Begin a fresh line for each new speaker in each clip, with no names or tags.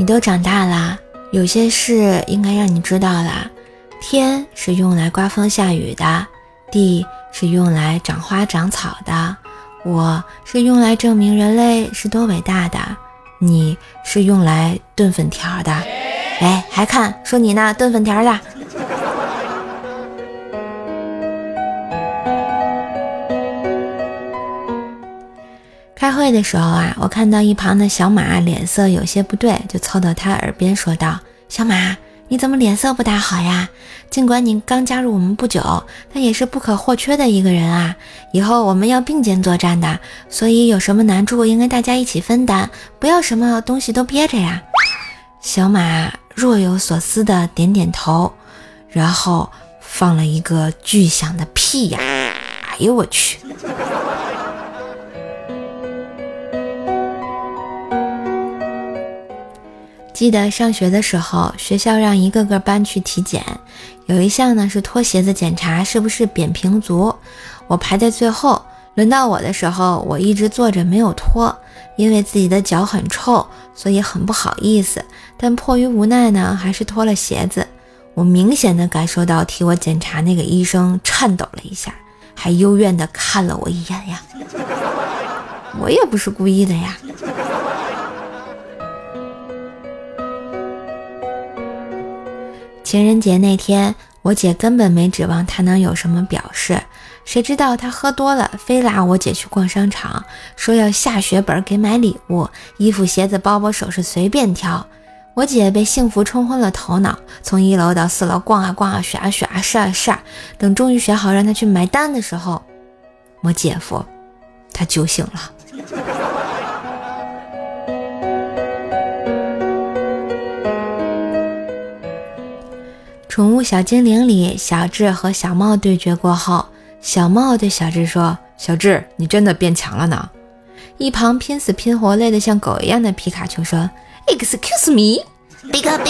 都长大了，有些事应该让你知道了。天是用来刮风下雨的，地是用来长花长草的，我是用来证明人类是多伟大的，你是用来炖粉条的。哎，还看说你呢，炖粉条的。开会的时候啊，我看到一旁的小马脸色有些不对，就凑到他耳边说道：小马，你怎么脸色不大好呀？尽管你刚加入我们不久，但也是不可或缺的一个人啊，以后我们要并肩作战的，所以有什么难处应该大家一起分担，不要什么东西都憋着呀。小马若有所思的点点头，然后放了一个巨响的屁呀！哎呦我去！记得上学的时候，学校让一个个班去体检，有一项呢是脱鞋子检查是不是扁平足。我排在最后，轮到我的时候，我一直坐着没有脱，因为自己的脚很臭，所以很不好意思，但迫于无奈呢，还是脱了鞋子。我明显的感受到替我检查那个医生颤抖了一下，还幽怨的看了我一眼呀。我也不是故意的呀。情人节那天，我姐根本没指望她能有什么表示，谁知道她喝多了，非拉我姐去逛商场，说要下血本给买礼物，衣服鞋子包包首饰随便挑。我姐被幸福冲昏了头脑，从1楼到4楼逛啊逛啊，选啊选啊，试啊试啊，等终于选好让她去买单的时候，我姐夫他酒醒了。宠物小精灵里，小智和小茂对决过后，小茂对小智说：小智，你真的变强了呢。一旁拼死拼活累得像狗一样的皮卡丘说： Excuse me， Big Big，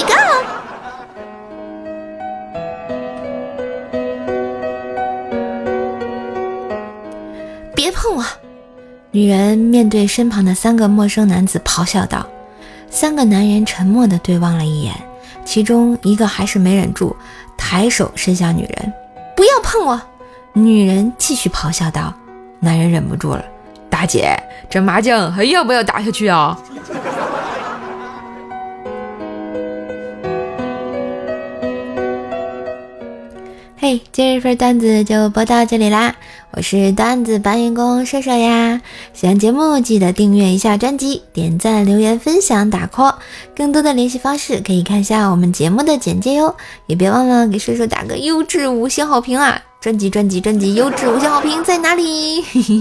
别碰我。女人面对身旁的3个陌生男子咆哮道。3个男人沉默地对望了一眼，其中一个还是没忍住，抬手伸向女人：不要碰我。女人继续咆哮道。男人忍不住了：大姐，这麻将还要不要打下去啊？嘿，今日份段子就播到这里啦，我是段子搬运工射手呀。喜欢节目记得订阅一下专辑，点赞留言分享打 call， 更多的联系方式可以看一下我们节目的简介哟，也别忘了给射手打个优质5星好评啊！专辑优质5星好评在哪里？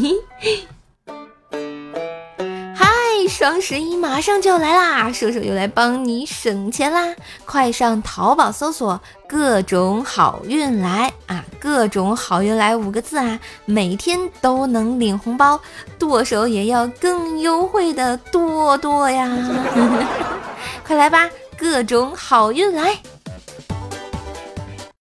双11马上就要来啦，射手又来帮你省钱啦！快上淘宝搜索各种好运来啊，各种好运来5个字啊，每天都能领红包，剁手也要更优惠的剁呀！快来吧，各种好运来！